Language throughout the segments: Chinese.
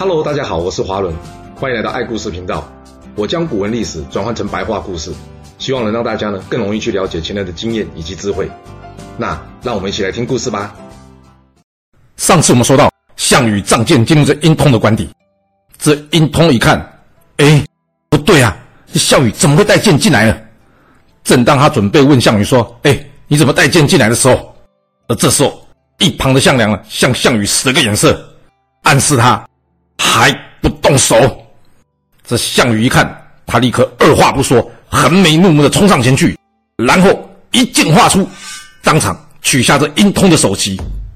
Hello， 大家好，我是华伦，欢迎来到爱故事频道。我将古文历史转换成白话故事，希望能让大家更容易去了解前人的经验以及智慧。那让我们一起来听故事吧。 上次我们说到，项羽仗剑进入这阴通的官邸，这阴通一看，不对啊，项羽怎么会带剑进来呢？正当他准备问项羽说，你怎么带剑进来的时候，而这时候一旁的项梁向项羽使了个眼色，暗示他还不动手。这项羽一看，他立刻二话不说，横眉怒目的冲上前去，然后一剑划出，当场取下这阴通的首级。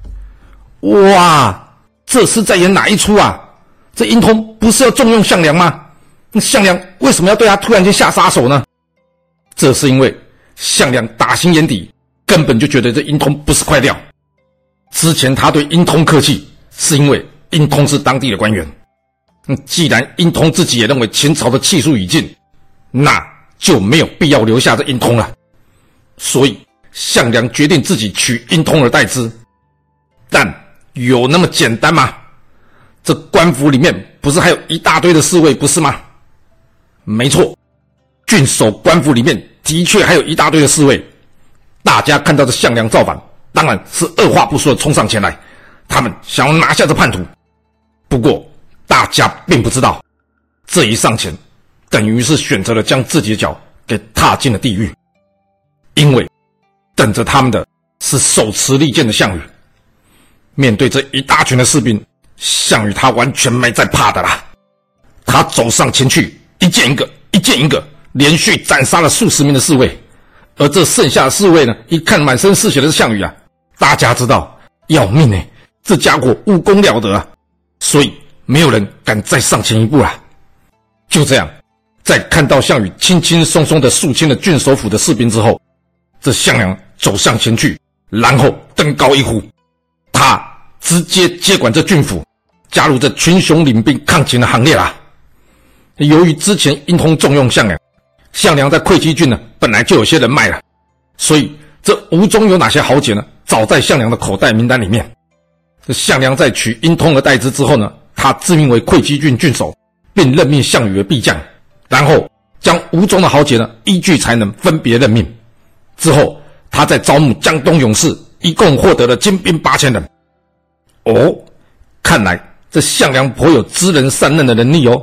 哇，这是在演哪一出啊？这阴通不是要重用项梁吗？那项梁为什么要对他突然间下杀手呢？这是因为项梁打心眼底根本就觉得这阴通不是块料。之前他对阴通客气，是因为阴通是当地的官员。既然阴通自己也认为秦朝的气数已尽，那就没有必要留下这阴通了。所以项梁决定自己取阴通而代之。但有那么简单吗？这官府里面不是还有一大堆的侍卫不是吗？没错，郡守官府里面的确还有一大堆的侍卫。大家看到这项梁造反，当然是二话不说的冲上前来，他们想要拿下这叛徒。不过大家并不知道，这一上前等于是选择了将自己的脚给踏进了地狱。因为等着他们的是手持利剑的项羽。面对这一大群的士兵，项羽他完全没在怕的啦。他走上前去，一剑一个，一剑一个，连续斩杀了数十名的侍卫。而这剩下的侍卫呢，一看满身是血的项羽啊，大家知道要命这家伙武功了得啊，所以没有人敢再上前一步啊。就这样，在看到项羽轻轻松松的肃清了郡守府的士兵之后，这项梁走向前去，然后登高一呼，他直接接管这郡府，加入这群雄领兵抗秦的行列啦。由于之前阴通重用项梁，项梁在会稽郡呢本来就有些人脉了，所以这吴中有哪些豪杰呢，早在项梁的口袋名单里面。这项梁在取阴通而代之之后呢，他自命为会稽郡郡守，并任命项羽为裨将，然后将吴中的豪杰呢依据才能分别任命。之后他再招募江东勇士，一共获得了精兵8000人。看来这项梁颇有知人善任的能力哦。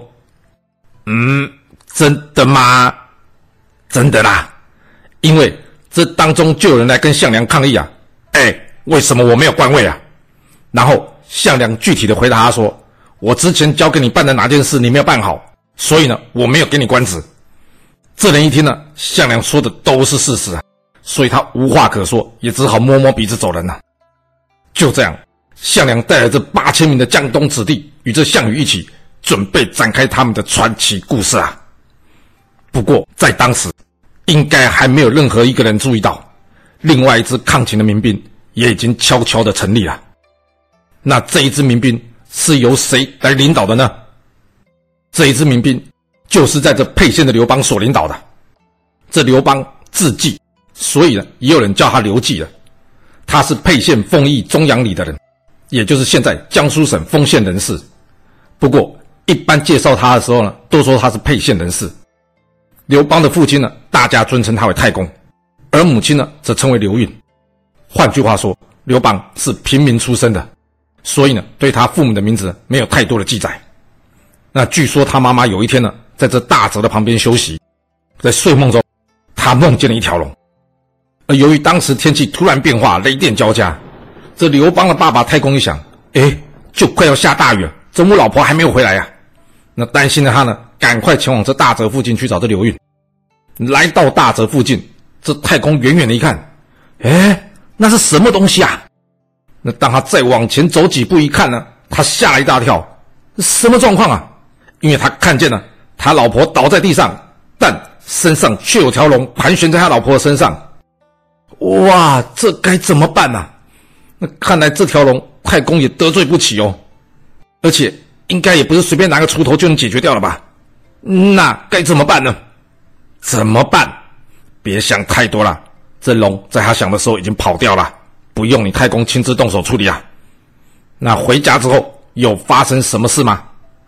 真的吗？真的啦，因为这当中就有人来跟项梁抗议啊，为什么我没有官位啊？然后项梁具体的回答他说，我之前交给你办的哪件事你没有办好，所以呢我没有给你官职。这人一听呢，项梁说的都是事实啊，所以他无话可说，也只好摸摸鼻子走人了。就这样，项梁带了这8000名的江东子弟与这项羽一起，准备展开他们的传奇故事啊。不过在当时应该还没有任何一个人注意到，另外一支抗秦的民兵也已经悄悄的成立了。那这一支民兵是由谁来领导的呢？这一支民兵就是在这沛县的刘邦所领导的。这刘邦字季，所以呢也有人叫他刘季了。他是沛县丰邑中阳里的人，也就是现在江苏省丰县人士。不过一般介绍他的时候呢，都说他是沛县人士。刘邦的父亲呢，大家尊称他为太公，而母亲呢则称为刘运。换句话说，刘邦是平民出身的，所以呢对他父母的名字没有太多的记载。那据说他妈妈有一天呢，在这大泽的旁边休息，在睡梦中他梦见了一条龙。而由于当时天气突然变化，雷电交加，这刘邦的爸爸太公一想，就快要下大雨了，这我老婆还没有回来啊。那担心的他呢，赶快前往这大泽附近去找这刘运。来到大泽附近，这太公远远的一看，那是什么东西啊？那当他再往前走几步一看呢，他吓了一大跳，什么状况啊？因为他看见了他老婆倒在地上，但身上却有条龙盘旋在他老婆的身上。哇，这该怎么办啊？那看来这条龙太公也得罪不起哦，而且应该也不是随便拿个锄头就能解决掉了吧？那该怎么办呢？怎么办？别想太多了，这龙在他想的时候已经跑掉了，不用你太公亲自动手处理啊。那回家之后有发生什么事吗？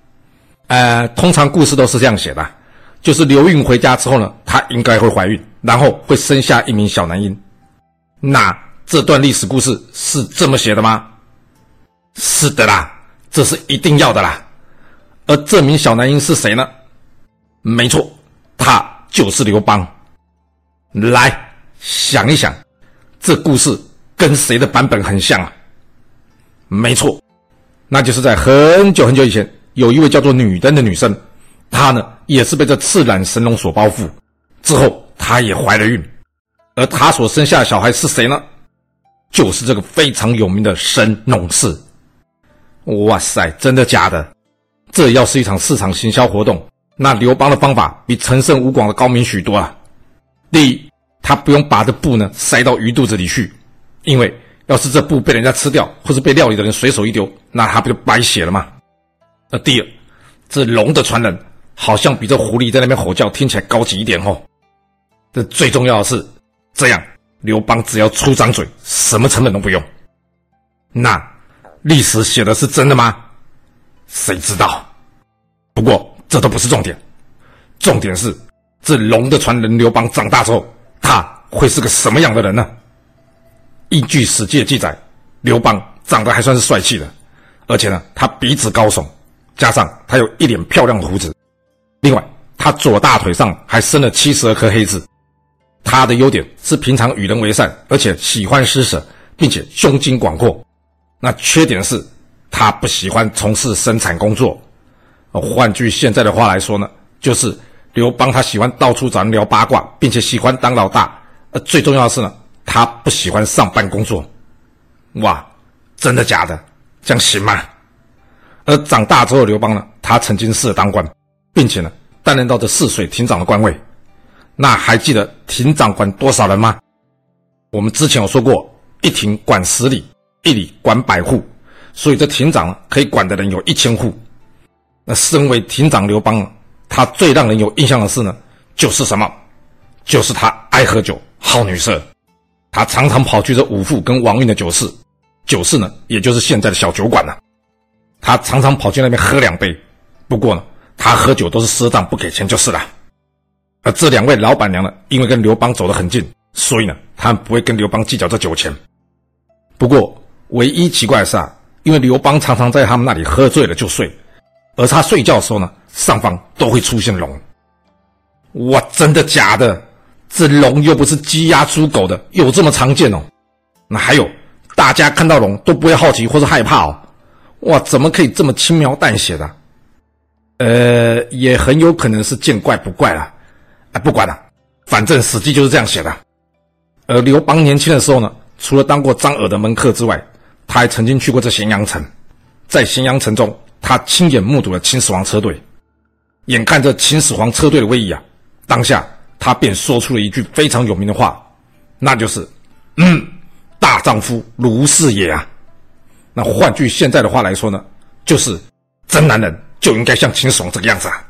通常故事都是这样写的，就是刘运回家之后呢，她应该会怀孕，然后会生下一名小男婴。那这段历史故事是这么写的吗？是的啦，这是一定要的啦。而这名小男婴是谁呢？没错，他就是刘邦。来想一想，这故事跟谁的版本很像啊？没错，那就是在很久很久以前，有一位叫做女登的女生，她呢也是被这赤胆神龙所包覆，之后她也怀了孕，而她所生下的小孩是谁呢？就是这个非常有名的神农氏。哇塞，真的假的？这要是一场市场行销活动，那刘邦的方法比陈胜吴广的高明许多啊。第一，他不用把这布呢塞到鱼肚子里去，因为要是这布被人家吃掉，或是被料理的人随手一丢，那他不就白血了吗？第二，这龙的传人好像比这狐狸在那边吼叫听起来高级一点哦。这最重要的是，这样刘邦只要出张嘴，什么成本都不用。那历史写的是真的吗？谁知道？不过这都不是重点，重点是这龙的传人刘邦长大之后，他会是个什么样的人呢？依据史记的记载，刘邦长得还算是帅气的，而且呢，他鼻子高耸，加上他有一脸漂亮的胡子，另外他左大腿上还生了72颗黑痣。他的优点是平常与人为善，而且喜欢施舍，并且胸襟广阔。那缺点是他不喜欢从事生产工作。换句现在的话来说呢，就是刘邦他喜欢到处找人聊八卦，并且喜欢当老大。最重要的是呢，他不喜欢上班工作。哇，真的假的？这样行吗？而长大之后，刘邦呢，他曾经试了当官，并且呢，担任到这泗水亭长的官位。那还记得亭长管多少人吗？我们之前有说过，一亭管10里，1里管100户，所以这亭长可以管的人有1000户。那身为亭长刘邦，他最让人有印象的事呢，就是什么？就是他爱喝酒，好女色。他常常跑去这武父跟王运的酒肆，酒肆呢，也就是现在的小酒馆了。他常常跑去那边喝2杯，不过呢，他喝酒都是赊账不给钱就是了。而这2位老板娘呢，因为跟刘邦走得很近，所以呢，他们不会跟刘邦计较这酒钱。不过唯一奇怪的是因为刘邦常常在他们那里喝醉了就睡，而他睡觉的时候呢，上方都会出现龙。哇，真的假的？这龙又不是鸡鸭猪狗的，有这么常见哦？那还有，大家看到龙都不会好奇或是害怕哦？哇，怎么可以这么轻描淡写的？也很有可能是见怪不怪啦。不管了，反正史记就是这样写的。而刘邦年轻的时候呢，除了当过张耳的门客之外，他还曾经去过这咸阳城。在咸阳城中，他亲眼目睹了秦始皇车队。眼看着秦始皇车队的威仪当下他便说出了一句非常有名的话，那就是大丈夫如是也啊。那换句现在的话来说呢，就是真男人就应该像秦始皇这个样子啊。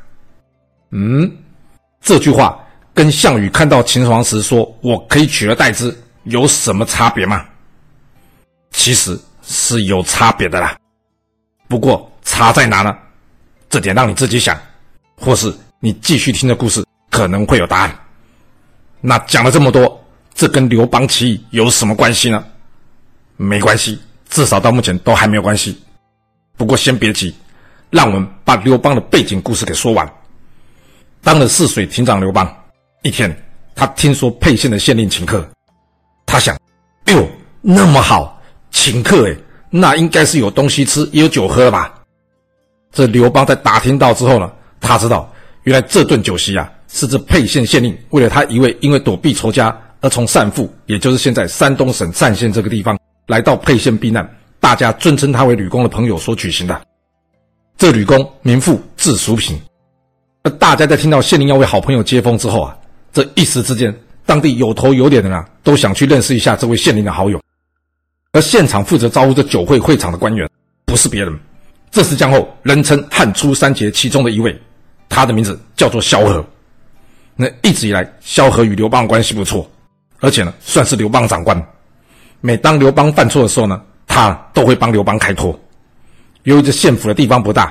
这句话跟项羽看到秦始皇时说我可以取而代之有什么差别吗？其实是有差别的啦。不过差在哪呢？这点让你自己想，或是你继续听的故事可能会有答案。那讲了这么多，这跟刘邦起义有什么关系呢？没关系，至少到目前都还没有关系。不过先别急，让我们把刘邦的背景故事给说完。当了泗水亭长刘邦，一天他听说沛县的县令请客，他想，哎呦，那么好，请客那应该是有东西吃也有酒喝了吧。这刘邦在打听到之后呢，他知道原来这顿酒席是这沛县县令为了他一位因为躲避仇家而从单父，也就是现在山东省单县这个地方来到沛县避难，大家尊称他为吕公的朋友所举行的。这吕公名父字叔平。而大家在听到县令要为好朋友接风之后这一时之间，当地有头有脸的人都想去认识一下这位县令的好友。而现场负责招呼这酒会会场的官员不是别人，这是江后人称汉初三杰其中的一位，他的名字叫做萧何。那一直以来萧何与刘邦的关系不错，而且呢算是刘邦长官。每当刘邦犯错的时候呢，他都会帮刘邦开脱。由于这县府的地方不大，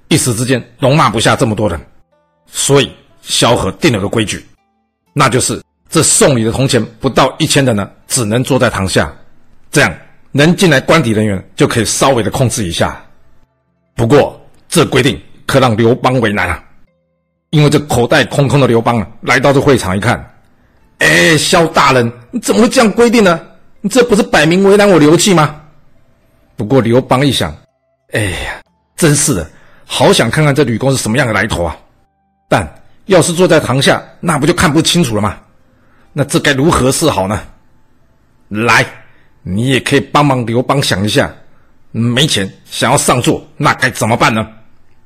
一时之间容纳不下这么多人，所以萧何定了个规矩，那就是这送礼的铜钱不到1000人呢，只能坐在堂下，这样能进来官邸人员就可以稍微的控制一下。不过这规定可让刘邦为难啊，因为这口袋空空的刘邦来到这会场一看，萧大人，你怎么会这样规定呢？你这不是摆明为难我刘季吗？不过刘邦一想，真是的，好想看看这吕公是什么样的来头啊，但要是坐在堂下，那不就看不清楚了吗？那这该如何是好呢？来，你也可以帮忙刘邦想一下，没钱想要上座，那该怎么办呢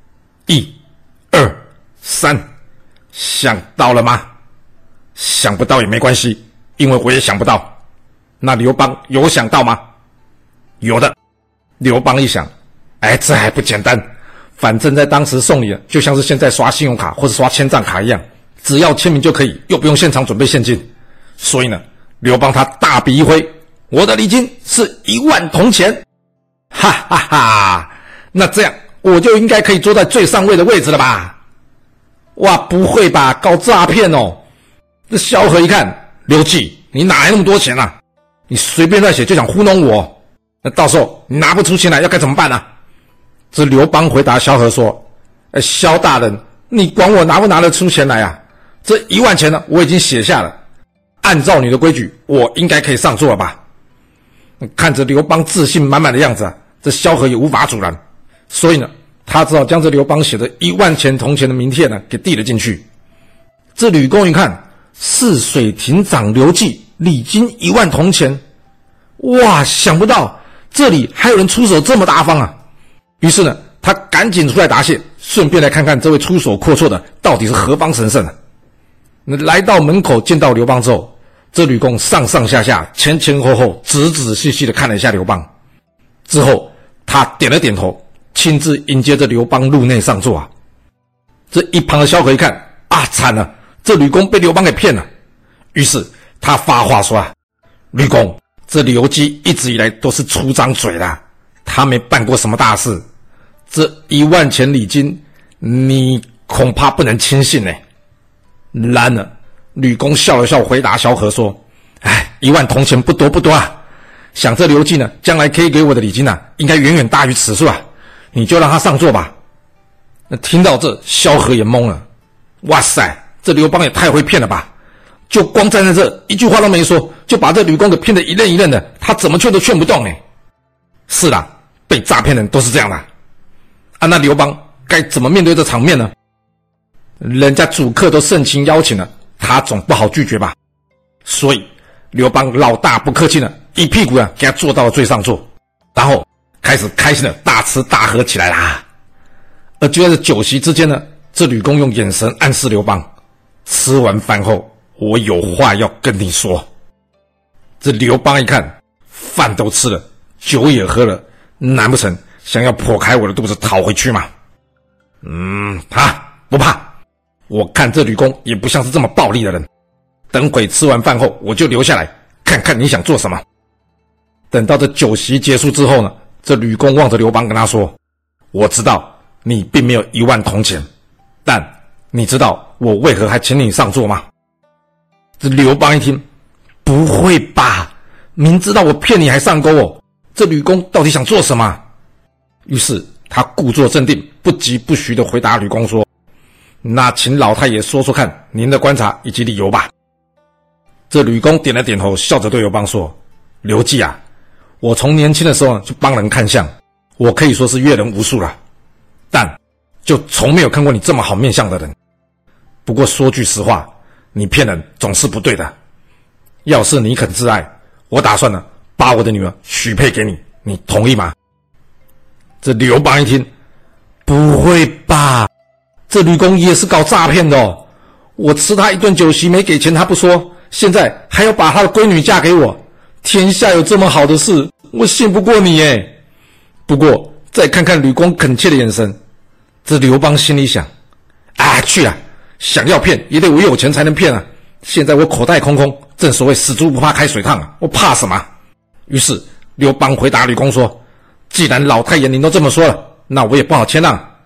？1、2、3，想到了吗？想不到也没关系，因为我也想不到。那刘邦有想到吗？有的。刘邦一想，这还不简单，反正在当时送礼就像是现在刷信用卡或者刷签账卡一样，只要签名就可以，又不用现场准备现金。所以呢，刘邦他大笔一挥，我的礼金是1万铜钱。哈哈哈，那这样我就应该可以坐在最上位的位置了吧？哇，不会吧，搞诈骗哦！这萧何一看，刘季，你哪来那么多钱啊？你随便乱写就想糊弄我，那到时候你拿不出钱来要该怎么办啊？这刘邦回答萧何说，萧大人，你管我拿不拿得出钱来啊？这1万钱呢，我已经写下了，按照你的规矩，我应该可以上座了吧？看着刘邦自信满满的样子这萧何也无法阻拦，所以呢，他只好将这刘邦写的1万铜钱的名帖呢给递了进去。这吕公一看，泗水亭长刘季，礼金1万铜钱，哇，想不到这里还有人出手这么大方啊！于是呢，他赶紧出来答谢，顺便来看看这位出手阔绰的到底是何方神圣啊。来到门口见到刘邦之后，这吕公上上下下前前后后仔仔细细的看了一下刘邦，之后他点了点头，亲自迎接着刘邦入内上座啊。这一旁的萧何一看，惨了，这吕公被刘邦给骗了。于是他发话说吕公，这刘季一直以来都是出张嘴的，他没办过什么大事，这1万钱礼金你恐怕不能轻信呢。然而吕公笑了笑回答萧何说，1万铜钱不多啊，想这刘季呢将来可以给我的礼金应该远远大于此数啊，你就让他上座吧。那听到这，萧何也懵了，哇塞，这刘邦也太会骗了吧，就光站在这一句话都没说，就把这吕公给骗得一愣一愣的，他怎么劝都劝不动是啦，被诈骗的人都是这样的那刘邦该怎么面对这场面呢？人家主客都盛情邀请了，他总不好拒绝吧。所以刘邦老大不客气了，一屁股给他坐到了最上座，然后开始开心的大吃大喝起来啦。而就在这酒席之间呢，这吕公用眼神暗示刘邦，吃完饭后我有话要跟你说。这刘邦一看，饭都吃了，酒也喝了，难不成想要剖开我的肚子逃回去吗？不怕，我看这吕公也不像是这么暴力的人，等会吃完饭后我就留下来看看你想做什么。等到这酒席结束之后呢，这吕公望着刘邦跟他说，我知道你并没有1万铜钱，但你知道我为何还请你上座吗？这刘邦一听，不会吧，明知道我骗你还上钩哦，这吕公到底想做什么？于是他故作镇定，不疾不徐地回答吕公说，那请老太爷说说看您的观察以及理由吧。这吕公点了点头，笑着对刘邦说，刘季我从年轻的时候就帮人看相，我可以说是阅人无数了，但就从没有看过你这么好面相的人。不过说句实话，你骗人总是不对的，要是你肯自爱，我打算把我的女儿许配给你，你同意吗？这刘邦一听，不会吧，这吕公也是搞诈骗的哦，我吃他一顿酒席没给钱他不说，现在还要把他的闺女嫁给我，天下有这么好的事，我信不过你耶。不过再看看吕公恳切的眼神，这刘邦心里想，去啊，想要骗也得我有钱才能骗啊，现在我口袋空空，正所谓死猪不怕开水烫我怕什么？于是刘邦回答吕公说，既然老太爷您都这么说了，那我也不好谦让，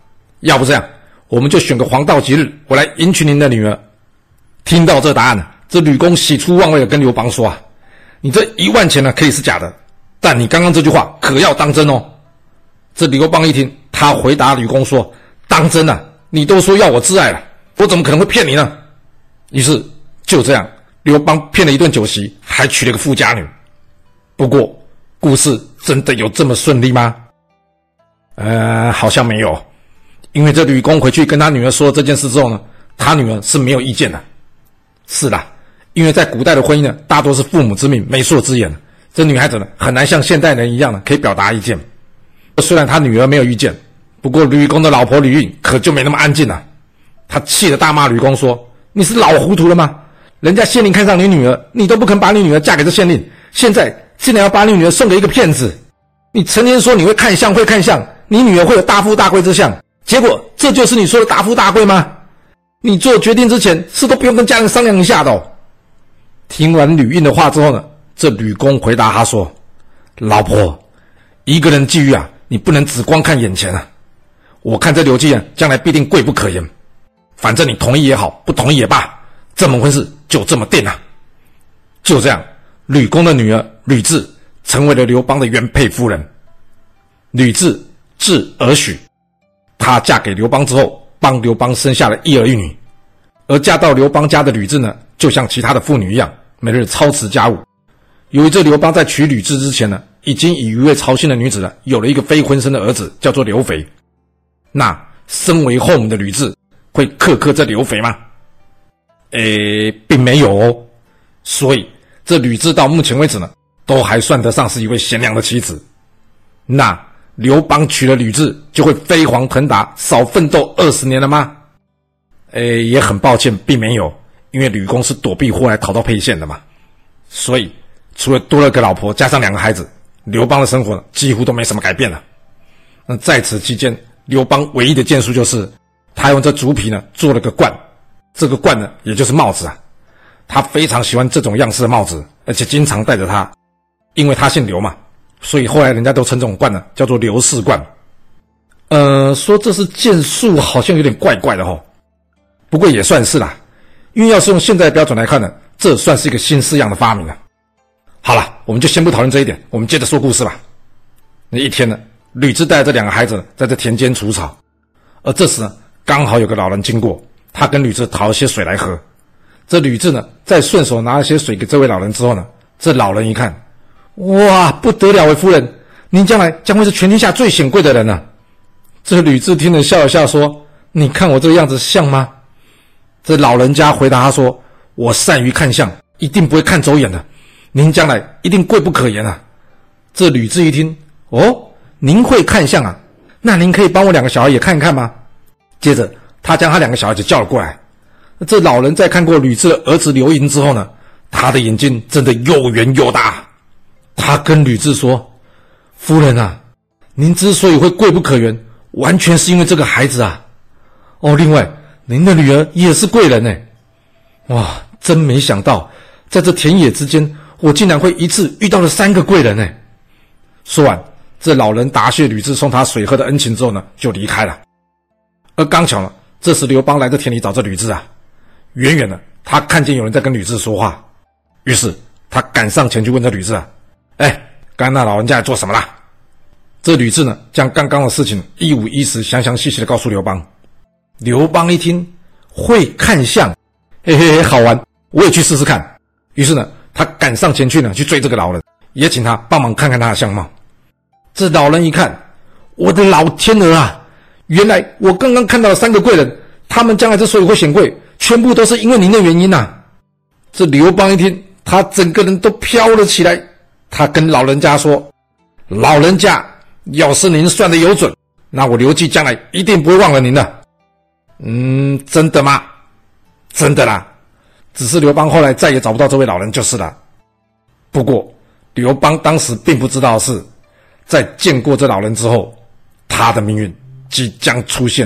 要不这样，我们就选个黄道吉日，我来迎娶您的女儿。”听到这答案，这吕公喜出望外的跟刘邦说：“你这1万钱呢可以是假的，但你刚刚这句话可要当真哦。”这刘邦一听，他回答吕公说：“当真啊，你都说要我挚爱了，我怎么可能会骗你呢？”于是就这样，刘邦骗了一顿酒席，还娶了个富家女。不过故事真的有这么顺利吗？好像没有。因为这吕公回去跟他女儿说了这件事之后呢，他女儿是没有意见的。是啦，因为在古代的婚姻呢，大多是父母之命，媒妁之言，这女孩子呢很难像现代人一样呢可以表达意见。虽然他女儿没有意见，不过吕公的老婆吕运可就没那么安静了。他气得大骂吕公说：“你是老糊涂了吗？人家县令看上你女儿，你都不肯把你女儿嫁给这县令，现在竟然要把你女儿送给一个骗子！你曾经说你会看相，你女儿会有大富大贵之相，结果这就是你说的大富大贵吗？你做决定之前是都不用跟家人商量一下的哦。”听完吕运的话之后呢，这吕公回答他说：“老婆，一个人际遇啊，你不能只光看眼前啊。我看这刘季啊，将来必定贵不可言。反正你同意也好，不同意也罢，这门婚事就这么定了。”就这样，吕公的女儿吕雉成为了刘邦的原配夫人。吕雉字尔许，她嫁给刘邦之后，帮刘邦生下了一儿一女。而嫁到刘邦家的吕雉呢，就像其他的妇女一样，每日操持家务。由于这刘邦在娶吕雉之前呢，已经与一位曹姓的女子呢有了一个非婚生的儿子，叫做刘肥。那身为后母的吕雉会苛刻这刘肥吗？并没有哦。所以这吕雉到目前为止呢，都还算得上是一位贤良的妻子。那刘邦娶了吕雉，就会飞黄腾达，少奋斗20年了吗？也很抱歉，并没有，因为吕公是躲避祸来逃到沛县的嘛。所以除了多了个老婆，加上2个孩子，刘邦的生活呢几乎都没什么改变了。那在此期间，刘邦唯一的建树就是他用这竹皮呢做了个冠，这个冠呢也就是帽子啊。他非常喜欢这种样式的帽子，而且经常戴着它。因为他姓刘嘛，所以后来人家都称这种冠呢叫做刘氏冠。说这是建树好像有点怪怪的齁。不过也算是啦，因为要是用现在的标准来看呢，这算是一个新式样的发明了。好了，我们就先不讨论这一点，我们接着说故事吧。那一天呢，吕雉带着这2个孩子在这田间除草，而这时呢，刚好有个老人经过，他跟吕雉讨了些水来喝。这吕雉呢，在顺手拿了些水给这位老人之后呢，这老人一看，哇，不得了，夫人，您将来将会是全天下最显贵的人啊。这吕雉听了笑了笑说：“你看我这个样子像吗？”这老人家回答他说：“我善于看相，一定不会看走眼的。您将来一定贵不可言啊。”这吕雉一听，哦，您会看相啊？那您可以帮我2个小孩也看一看吗？接着他将他2个小孩子叫了过来。这老人在看过吕雉的儿子刘盈之后呢，他的眼睛真的又圆又大。他跟吕雉说：“夫人啊，您之所以会贵不可言，完全是因为这个孩子啊。哦，另外您的女儿也是贵人呢。哇，真没想到在这田野之间，我竟然会一次遇到了3个贵人呢。”说完，这老人答谢吕雉送他水喝的恩情之后呢，就离开了。而刚巧呢，这时刘邦来到田里找这吕雉啊，远远的他看见有人在跟吕雉说话，于是他赶上前去问这吕雉啊：“刚才那老人家在做什么啦？”这吕雉呢，将刚刚的事情一五一十、详详细细的告诉刘邦。刘邦一听，会看相，好玩，我也去试试看。于是呢，他赶上前去呢，去追这个老人，也请他帮忙看看他的相貌。这老人一看，我的老天鹅啊！原来我刚刚看到了3个贵人，他们将来之所以会显贵，全部都是因为您的原因啊。这刘邦一听，他整个人都飘了起来。他跟老人家说：“老人家，要是您算得有准，那我刘季将来一定不会忘了您的。”真的吗？真的啦。只是刘邦后来再也找不到这位老人就是了。不过刘邦当时并不知道的是，在见过这老人之后，他的命运即将出现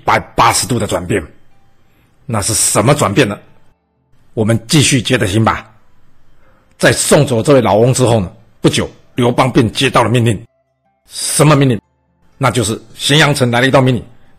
180度的转变。那是什么转变呢？我们继续接着听吧。在送走这位老翁之后呢，不久刘邦便接到了命令。什么命令？那就是咸阳城来了一道命令，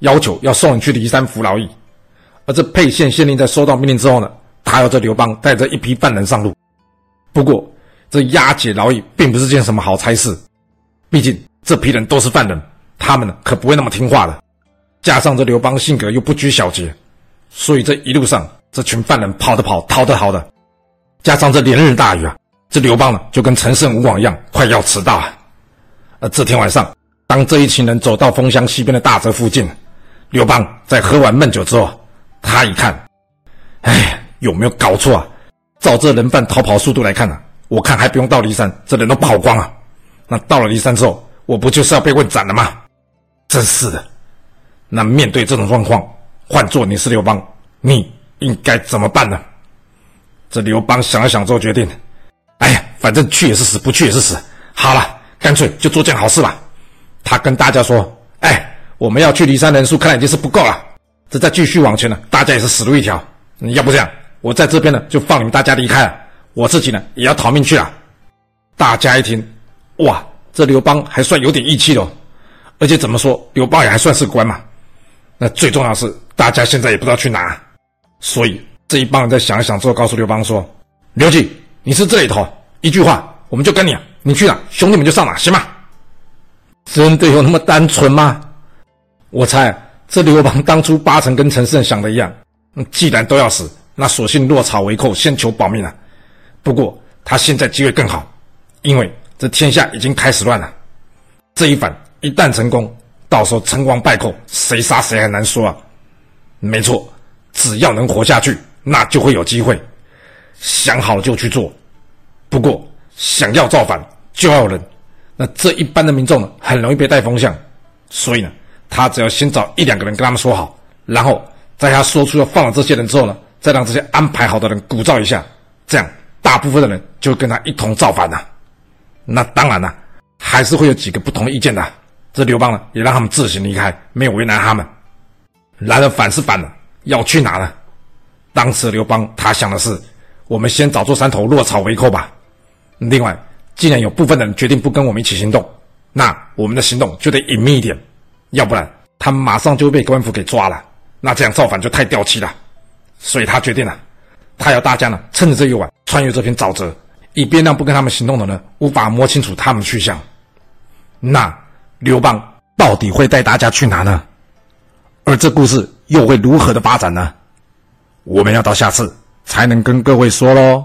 要求要送你去骊山服劳役。而这沛县县令在收到命令之后呢，他要这刘邦带着一批犯人上路。不过这押解劳役并不是件什么好差事，毕竟这批人都是犯人，他们呢可不会那么听话的。加上这刘邦性格又不拘小节，所以这一路上这群犯人跑的跑，逃的逃的。加上这连日大雨啊，这刘邦呢就跟陈胜吴广一样，快要迟到啊。而这天晚上，当这一群人走到丰乡西边的大泽附近，刘邦在喝完闷酒之后，他一看，有没有搞错啊？照这人犯逃跑速度来看啊，我看还不用到骊山，这人都跑光了。那到了骊山之后，我不就是要被问斩了吗？真是的。那面对这种状况，换做你是刘邦，你应该怎么办呢？这刘邦想了想之后决定，反正去也是死，不去也是死，好了，干脆就做件好事吧。他跟大家说，我们要去骊山人数看来已经是不够了，这再继续往前呢，大家也是死路一条。要不这样，我在这边呢就放你们大家离开了，我自己呢也要逃命去了。大家一听，哇，这刘邦还算有点义气了，而且怎么说，刘邦也还算是官嘛。那最重要的是，大家现在也不知道去哪，所以这一帮人在想一想之后，告诉刘邦说：“刘季，你是这里头，一句话我们就跟你啊，你去哪，兄弟们就上哪，行吗？”真的有那么单纯吗？我猜这刘邦当初八成跟陈胜想的一样，既然都要死，那索性落草为寇，先求保命啊。不过他现在机会更好，因为这天下已经开始乱了。这一反一旦成功，到时候成王败寇，谁杀谁还难说啊。没错，只要能活下去，那就会有机会。想好了就去做。不过想要造反就要有人，那这一般的民众呢，很容易被带风向，所以呢，他只要先找一两个人跟他们说好，然后在他说出要放了这些人之后呢，再让这些安排好的人鼓噪一下，这样大部分的人就会跟他一同造反了。那当然了，还是会有几个不同意见的。这刘邦呢，也让他们自行离开，没有为难他们。然而反是反了，要去哪呢？当时刘邦他想的是，我们先找座山头落草为寇吧。另外，既然有部分人决定不跟我们一起行动，那我们的行动就得隐秘一点，要不然他们马上就会被官府给抓了，那这样造反就太掉漆了。所以他决定了，他要大家呢趁着这一晚穿越这片沼泽，以便让不跟他们行动的人无法摸清楚他们去向。那刘邦到底会带大家去哪呢？而这故事又会如何的发展呢？我们要到下次才能跟各位说咯。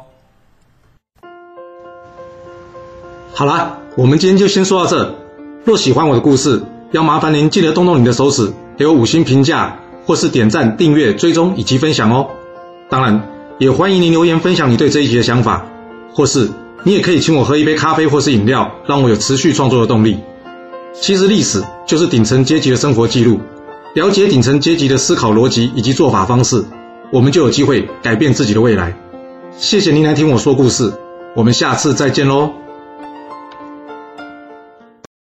好啦，我们今天就先说到这。若喜欢我的故事，要麻烦您记得动动你的手指，给我5星评价，或是点赞、订阅、追踪以及分享哦。当然，也欢迎您留言分享你对这一集的想法，或是你也可以请我喝一杯咖啡或是饮料，让我有持续创作的动力。其实历史就是顶层阶级的生活记录，了解顶层阶级的思考逻辑以及做法方式，我们就有机会改变自己的未来。谢谢您来听我说故事，我们下次再见咯。